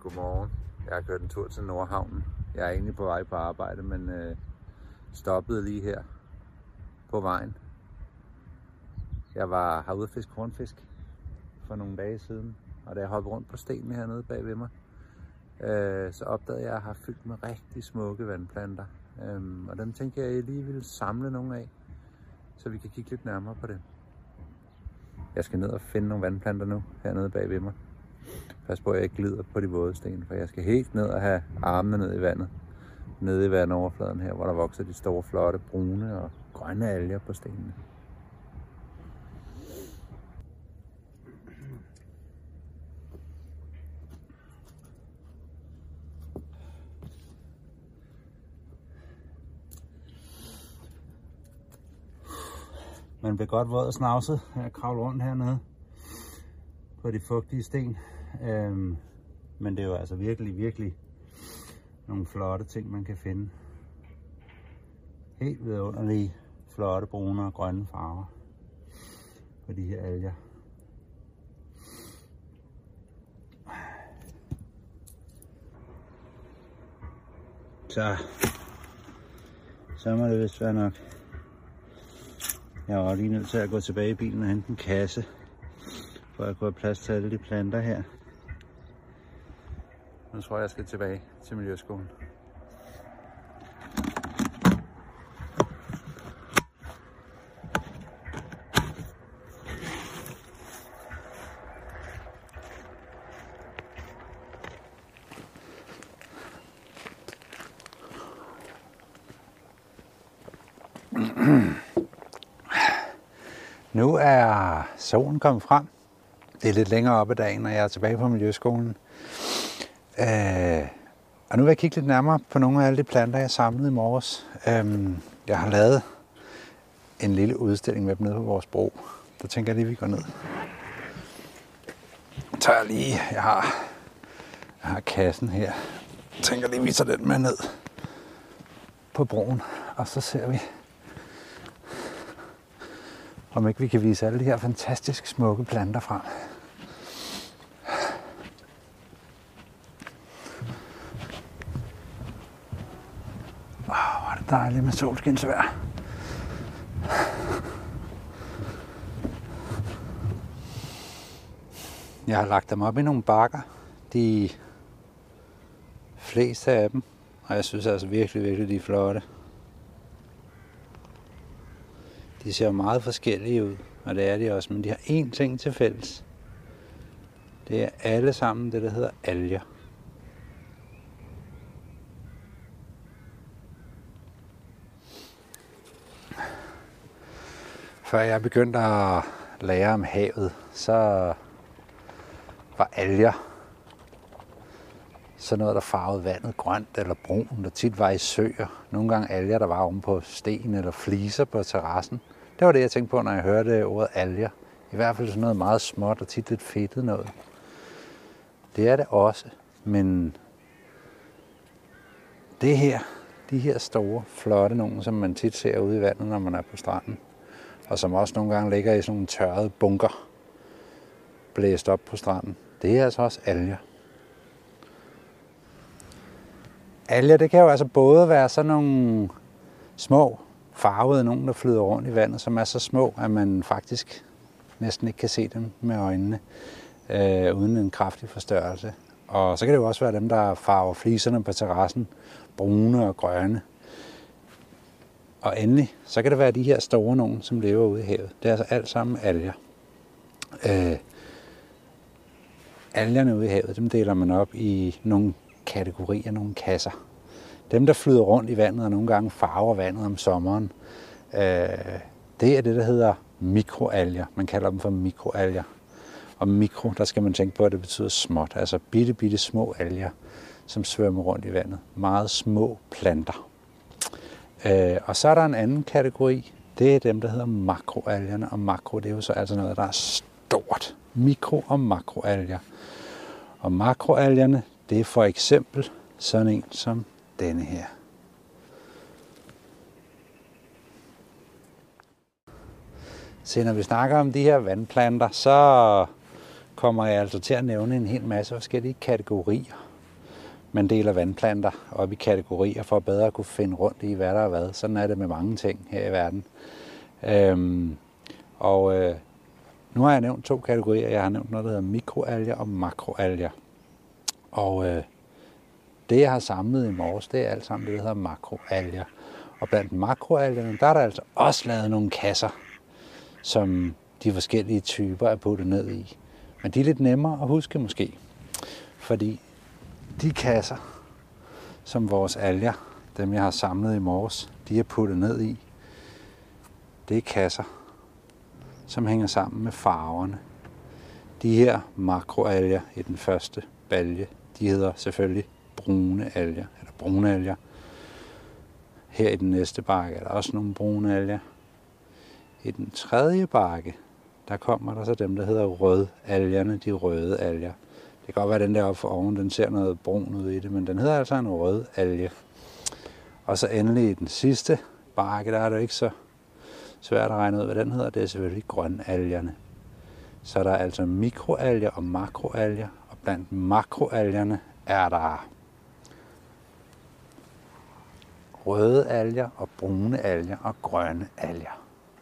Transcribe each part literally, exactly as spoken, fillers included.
Godmorgen. Jeg har kørt en tur til Nordhavnen. Jeg er egentlig på vej på arbejde, men øh, stoppede lige her på vejen. Jeg var herude og fiske hornfisk for nogle dage siden, og da jeg hoppede rundt på stenene hernede bag ved mig, øh, så opdagede jeg, at jeg har fyldt med rigtig smukke vandplanter. Øh, og dem tænkte jeg, at jeg lige ville samle nogle af, så vi kan kigge lidt nærmere på det. Jeg skal ned og finde nogle vandplanter nu, hernede bag ved mig. Pas på, at jeg ikke glider på de våde sten, for jeg skal helt ned og have armene ned i vandet. Nede i vandoverfladen her, hvor der vokser de store, flotte, brune og grønne alger på stenene. Man bliver godt våd og snavset af at kravle rundt hernede på de fugtige sten. Øhm, men det er jo altså virkelig, virkelig nogle flotte ting, man kan finde. Helt vidunderlige, flotte, brune og grønne farver på de her alger. Så, så må det vist være nok. Jeg var lige nødt til at gå tilbage i bilen og hente en kasse, for at kunne have plads til alle de planter her. Nu tror jeg, jeg skal tilbage til Miljøskolen. Nu er solen kommet frem. Det er lidt længere op ad dagen, og jeg er tilbage på Miljøskolen. Øh, og nu vil jeg kigge lidt nærmere på nogle af alle de planter, jeg samlede i morges. Øh, jeg har lavet en lille udstilling med dem nede på vores bro. Der tænker jeg lige, vi går ned. Så tager jeg lige, jeg har, jeg har kassen her. Jeg tænker lige, vi tager den med ned på broen, og så ser vi, om ikke vi kan vise alle de her fantastisk smukke planter frem. Åh, oh, hvor er det dejligt med solskinsvejr. Jeg har lagt dem op i nogle bakker, de fleste af dem, og jeg synes altså virkelig, virkelig, de er flotte. De ser meget forskellige ud, og det er de også, men de har én ting til fælles. Det er alle sammen det, der hedder alger. Før jeg begyndte at lære om havet, så var alger så noget, der farvede vandet grønt eller brunt, der tit var i søer. Nogle gange alger, der var omme på sten eller fliser på terrassen. Det var det, jeg tænkte på, når jeg hørte ordet alger. I hvert fald sådan noget meget småt og tit lidt fedtet noget. Det er det også, men det her, de her store, flotte nogle, som man tit ser ude i vandet, når man er på stranden, og som også nogle gange ligger i sådan nogle tørrede bunker, blæst op på stranden, det er altså også alger. Alger, det kan jo altså både være sådan nogle små, farvede nogle, der flyder rundt i vandet, som er så små, at man faktisk næsten ikke kan se dem med øjnene, øh, uden en kraftig forstørrelse. Og så kan det jo også være dem, der farver fliserne på terrassen, brune og grønne. Og endelig, så kan det være de her store nogle, som lever ude i havet. Det er altså alt sammen alger. Øh, algerne ude i havet, dem deler man op i nogle kategorier, nogle kasser. Dem, der flyder rundt i vandet og nogle gange farver vandet om sommeren, øh, det er det, der hedder mikroalger. Man kalder dem for mikroalger. Og mikro, der skal man tænke på, at det betyder småt. Altså bitte, bitte små alger, som svømmer rundt i vandet. Meget små planter. Øh, og så er der en anden kategori. Det er dem, der hedder makroalgerne. Og makro, det er jo så altså noget, der er stort. Mikro- og makroalger. Og makroalgerne, det er for eksempel sådan en som denne her. Så når vi snakker om de her vandplanter, så kommer jeg altså til at nævne en hel masse forskellige kategorier. man deler vandplanter op i kategorier for at bedre kunne finde rundt i, hvad der er hvad. Sådan er det med mange ting her i verden. Øhm, og øh, nu har jeg nævnt to kategorier. Jeg har nævnt noget, der hedder mikroalger og makroalger. Og øh, det, jeg har samlet i morges, det er alt sammen det, der hedder makroalger. Og blandt makroalgerne, der er der altså også lavet nogle kasser, som de forskellige typer er puttet ned i. Men de er lidt nemmere at huske måske. Fordi de kasser, som vores alger, dem jeg har samlet i morges, de er puttet ned i, det er kasser, som hænger sammen med farverne. De her makroalger i den første balje, de hedder selvfølgelig brune alger, eller brune alger. Her i den næste bakke er der også nogle brune alger. I den tredje bakke, der kommer der så dem, der hedder rødalgerne, de røde alger. Det kan godt være, at den der oppe for oven, den ser noget brun ud i det, men den hedder altså en rød alge. Og så endelig i den sidste bakke, der er det ikke så svært at regne ud, hvad den hedder. Det er selvfølgelig grønalgerne. Så der er altså mikroalger og makroalger, og blandt makroalgerne er der røde alger og brune alger og grønne alger.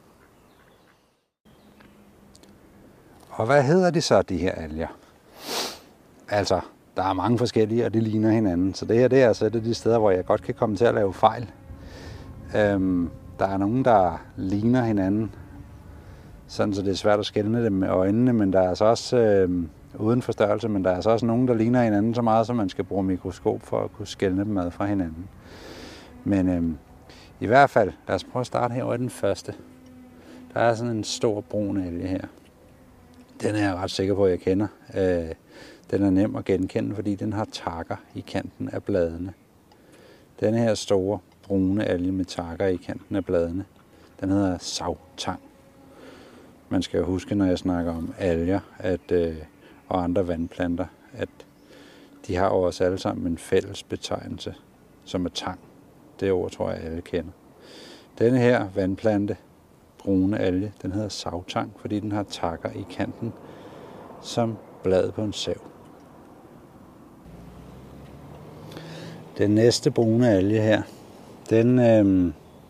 Og hvad hedder de så, de her alger? Altså, der er mange forskellige, og de ligner hinanden. Så det her, det er altså et af de steder, hvor jeg godt kan komme til at lave fejl. Øhm, der er nogen, der ligner hinanden, sådan så det er svært at skelne dem med øjnene, men der er altså også, øhm, uden forstørrelse, men der er altså også nogen, der ligner hinanden så meget, som man skal bruge mikroskop for at kunne skelne dem ad fra hinanden. Men øhm, i hvert fald, lad os prøve at starte her over den første. Der er sådan en stor brun alge her. Den er jeg ret sikker på, at jeg kender. Øh, den er nem at genkende, fordi den har takker i kanten af bladene. Denne her store brune alge med takker i kanten af bladene, den hedder savtang. Man skal jo huske, når jeg snakker om alger at, øh, og andre vandplanter, at de har jo også alle sammen en fælles betegnelse, som er tang. Det ord tror jeg alle kender. Denne her vandplante, brune alge, den hedder savtang, fordi den har takker i kanten som bladet på en sav. Den næste brune alge her, den, øhm,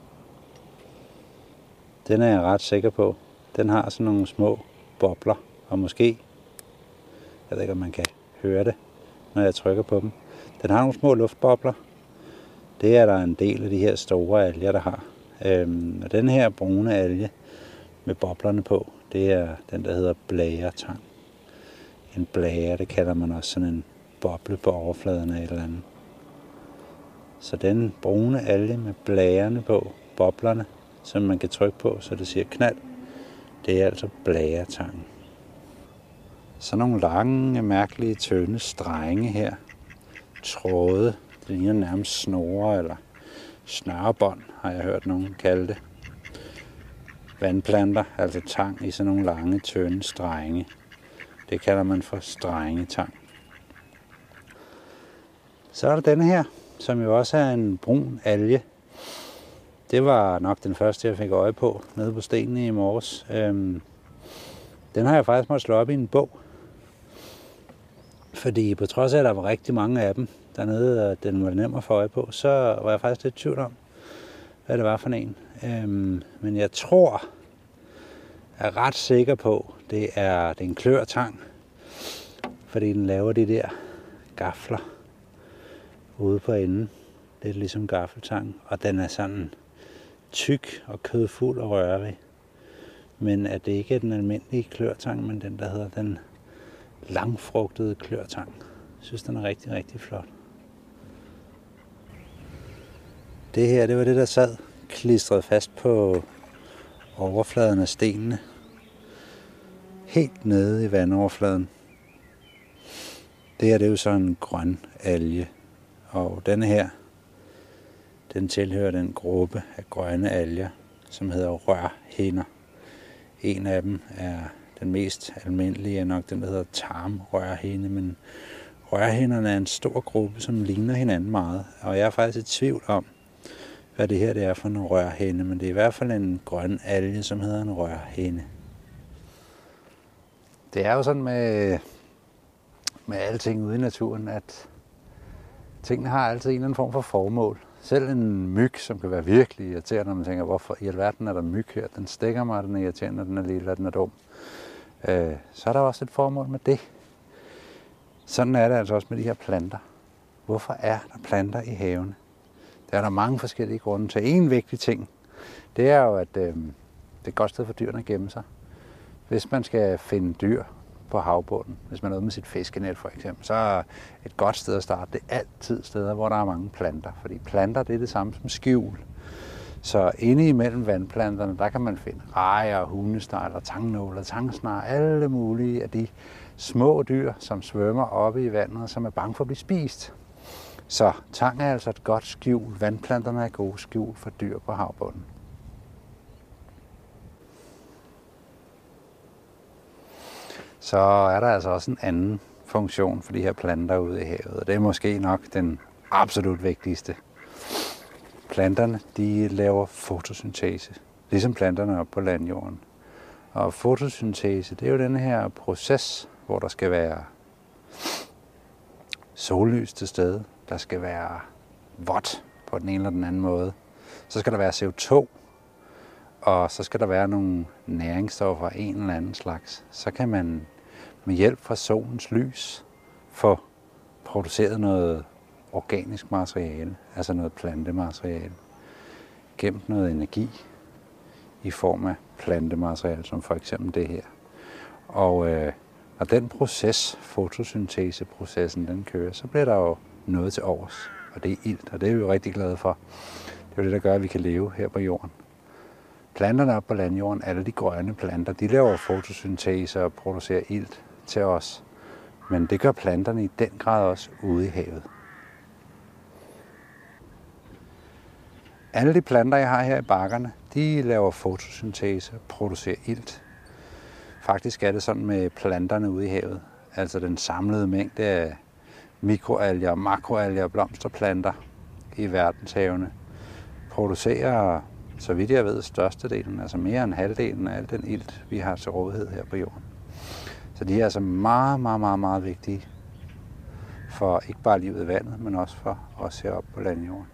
den er jeg ret sikker på. Den har sådan nogle små bobler, og måske, jeg ved ikke om man kan høre det, når jeg trykker på dem. Den har nogle små luftbobler. Det er der en del af de her store alger, der har. Øhm, og den her brune alge med boblerne på, det er den, der hedder blæretang. En blære, det kalder man også sådan en boble på overfladen af et eller andet. Så den brune alge med blærerne på, boblerne, som man kan trykke på, så det siger knald, det er altså blæretang. Så nogle lange, mærkelige, tynde strenge her. Tråde, det ligner nærmest snore eller snørebånd, har jeg hørt nogen kalde det. Vandplanter, altså tang i sådan nogle lange, tynde strenge. Det kalder man for strengetang. Så er der denne her, som jo også er en brun alge. Det var nok den første, jeg fik øje på nede på stenene i morges. Øhm, den har jeg faktisk måttet slå op i en bog. Fordi på trods af, at der var rigtig mange af dem dernede, og den var nem at få øje på, så var jeg faktisk lidt i tvivl om, hvad det var for en. Øhm, men jeg tror, jeg er ret sikker på, det er, det er en klørtang, fordi den laver de der gafler ude på enden. Det er ligesom gaffeltang, og den er sådan tyk og kødfuld og rørig. Men at det ikke er den almindelige klørtang, men den, der hedder den langfrugtede klørtang. Jeg synes, den er rigtig, rigtig flot. Det her, det var det, der sad klistret fast på overfladen af stenene. Helt nede i vandoverfladen. Det her, det er jo så en grøn alge. Og denne her, den tilhører den gruppe af grønne alger, som hedder rørhinder. En af dem er den mest almindelige, er nok den, der hedder tarmrørhinde, men rørhinderne er en stor gruppe, som ligner hinanden meget. Og jeg er faktisk i tvivl om, hvad det her det er for en rørhinde, men det er i hvert fald en grøn alge, som hedder en rørhinde. Det er jo sådan med, med alting ude i naturen, at tingene har altid en eller anden form for formål. Selv en myg, som kan være virkelig irriterende, når man tænker, hvorfor i alverden er der myg her? Den stikker mig, den er irriterende, den er lille, den er dum. Øh, så er der også et formål med det. Sådan er det altså også med de her planter. Hvorfor er der planter i havene? Der er der mange forskellige grunde til. En vigtig ting, det er jo, at øh, det er et godt sted for dyrene at gemme sig. Hvis man skal finde dyr på havbunden, hvis man er ude med sit fiskenet for eksempel, så er et godt sted at starte. Det er altid steder, hvor der er mange planter. Fordi planter, det er det samme som skjul. Så inde imellem vandplanterne, der kan man finde rejer, hundesnegler, tangnåler, tangsnar, alle mulige af de små dyr, som svømmer oppe i vandet, og som er bange for at blive spist. Så tang er altså et godt skjul. Vandplanterne er gode skjul for dyr på havbunden. Så er der altså også en anden funktion for de her planter ude i havet, og det er måske nok den absolut vigtigste. Planterne, de laver fotosyntese, ligesom planterne oppe på landjorden. Og fotosyntese, det er jo den her proces, hvor der skal være sollys til stede, der skal være vådt på den ene eller den anden måde. Så skal der være C O to, og så skal der være nogle næringsstoffer af en eller anden slags. Så kan man med hjælp fra solens lys få produceret noget organisk materiale, altså noget plantemateriale, gemt noget energi i form af plantemateriale, som for eksempel det her. Og øh, når den proces, fotosynteseprocessen, den kører, så bliver der jo noget til overs, og det er ilt, og det er vi jo rigtig glade for. Det er jo det, der gør, at vi kan leve her på jorden. Planterne oppe på landjorden, alle de grønne planter, de laver fotosyntese og producerer ilt til os. Men det gør planterne i den grad også ude i havet. Alle de planter, jeg har her i bakkerne, de laver fotosyntese og producerer ilt. Faktisk er det sådan med planterne ude i havet. Altså den samlede mængde af mikroalger, makroalger og blomsterplanter i verdenshavene producerer, så vidt jeg ved, størstedelen, altså mere end halvdelen af al den ilt, vi har til rådighed her på jorden. Så de er altså meget, meget, meget, meget vigtige for ikke bare livet i vandet, men også for os heroppe på landjorden.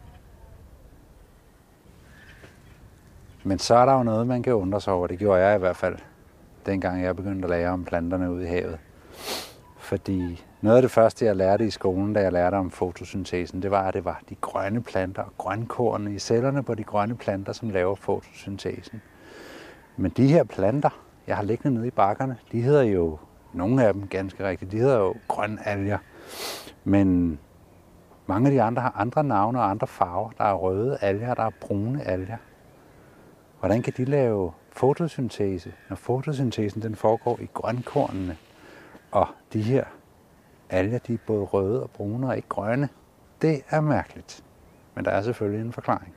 Men så er der jo noget, man kan undre sig over. Det gjorde jeg i hvert fald, dengang jeg begyndte at lære om planterne ude i havet. Fordi noget af det første, jeg lærte i skolen, da jeg lærte om fotosyntesen, det var, at det var de grønne planter og grønkornene i cellerne på de grønne planter, som laver fotosyntesen. Men de her planter, jeg har liggende nede i bakkerne, de hedder jo, nogle af dem ganske rigtigt, de hedder jo grønalger. Men mange af de andre har andre navne og andre farver. Der er røde alger, der er brune alger. Hvordan kan de lave fotosyntese, når fotosyntesen den foregår i grønkornene? Og de her alger, de er både røde og brune og ikke grønne. Det er mærkeligt, men der er selvfølgelig en forklaring.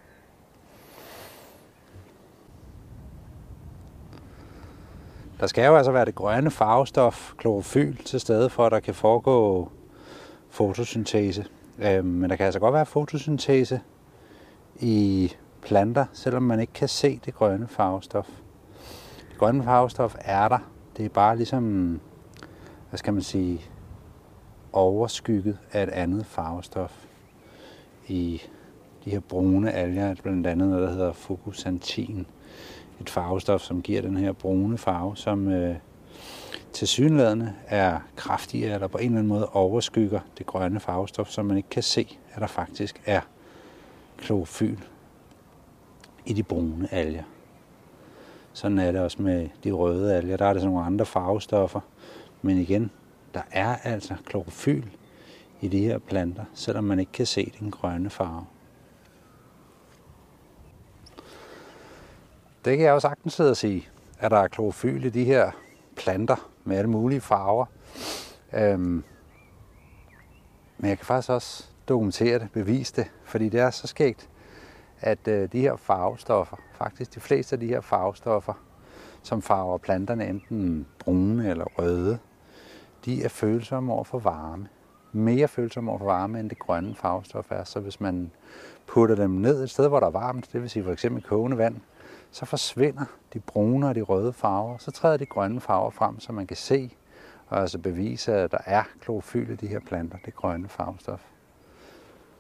Der skal jo altså være det grønne farvestof, klorofyl, til stede for, at der kan foregå fotosyntese. Men der kan altså godt være fotosyntese i planter, selvom man ikke kan se det grønne farvestof. Det grønne farvestof er der. Det er bare ligesom, hvad skal man sige, overskygget af et andet farvestof. I de her brune alger, blandt andet noget, der hedder fucoxanthin. Et farvestof, som giver den her brune farve, som øh, tilsyneladende er kraftigere, eller på en eller anden måde overskygger det grønne farvestof, så man ikke kan se, at der faktisk er klorofyl i de brune alger. Sådan er det også med de røde alger. Der er der sådan nogle andre farvestoffer. Men igen, der er altså klorofyl i de her planter, selvom man ikke kan se den grønne farve. Det kan jeg jo sagtens sidde og sige, at der er klorofyl i de her planter med alle mulige farver. Øhm, men jeg kan faktisk også dokumentere det, bevise det, fordi det er så skægt, at øh, de her farvestoffer, faktisk de fleste af de her farvestoffer, som farver planterne enten brune eller røde, de er følsomme over for varme. Mere følsomme over for varme, end det grønne farvestof er. Så hvis man putter dem ned et sted, hvor der er varmt, det vil sige for eksempel kogende vand, så forsvinder de brune og de røde farver. Så træder de grønne farver frem, så man kan se og altså bevise, at der er klorofyl i de her planter, det grønne farvestof.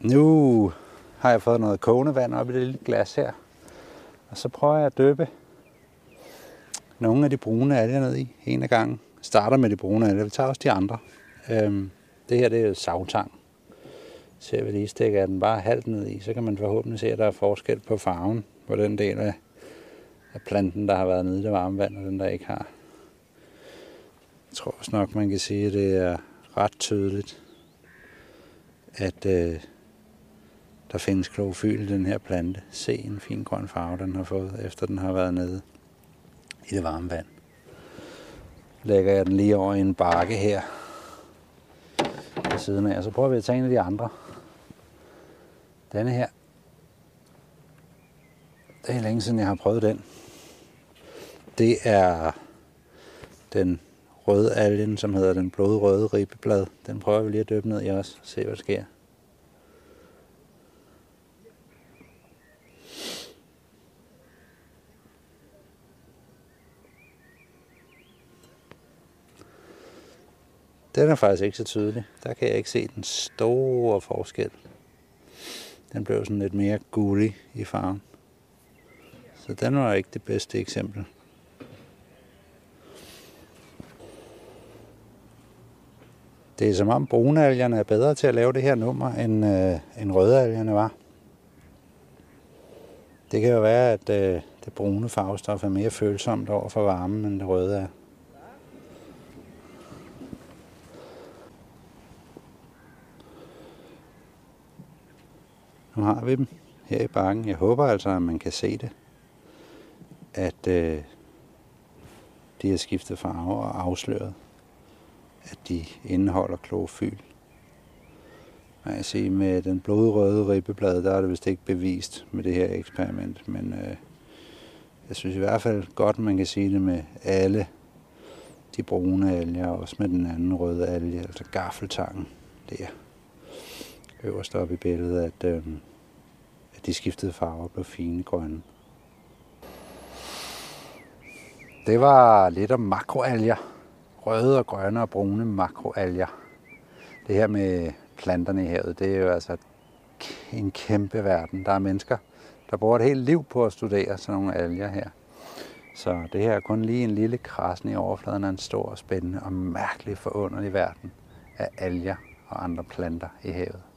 Nu har jeg fået noget kogende vand op i det lille glas her. Og så prøver jeg at døbe nogle af de brune alger ned i en af gangen. Jeg starter med de brune alger. Vi tager også de andre. Øhm, det her det er savtang. Ser vi lige stikker jeg den bare halvt ned i, så kan man forhåbentlig se, at der er forskel på farven på den del af, af planten, der har været nede i det varme vand, og den, der ikke har. Jeg tror også nok, man kan sige, at det er ret tydeligt, at øh, der findes klorofyl i den her plante. Se en fin grøn farve, den har fået, efter den har været nede i det varme vand. Lægger jeg den lige over i en bakke her ved siden af, og så prøver vi at tage en af de andre. Denne her, det er længe siden jeg har prøvet den. Det er den røde algen, som hedder den blodrøde ribbeblad. Den prøver vi lige at døbe ned i også, se hvad der sker. Den er faktisk ikke så tydelig. Der kan jeg ikke se den store forskel. Den blev sådan lidt mere gullig i farven. Så den var ikke det bedste eksempel. Det er som om brunalgerne er bedre til at lave det her nummer, end, øh, end rødalgerne var. Det kan jo være, at øh, det brune farvestof er mere følsomt over for varmen, end det røde er. Nu har vi dem her i bakken. Jeg håber altså, at man kan se det. At øh, de har skiftet farve og afsløret, at de indeholder klorofyl. Jeg kan sige, med den blodrøde ribbeblad, der er det vist ikke bevist med det her eksperiment. Men øh, jeg synes i hvert fald godt, man kan sige det med alle de brune alger, og også med den anden røde alge, altså gaffeltangen der. Øverst oppe i billedet, at, øh, at de skiftede farver blev fine grønne. Det var lidt om makroalger. Røde og grønne og brune makroalger. Det her med planterne i havet, det er jo altså en kæmpe verden. Der er mennesker, der bruger et helt liv på at studere sådan nogle alger her. Så det her er kun lige en lille krasen i overfladen af en stor, spændende og mærkelig forunderlig verden af alger og andre planter i havet.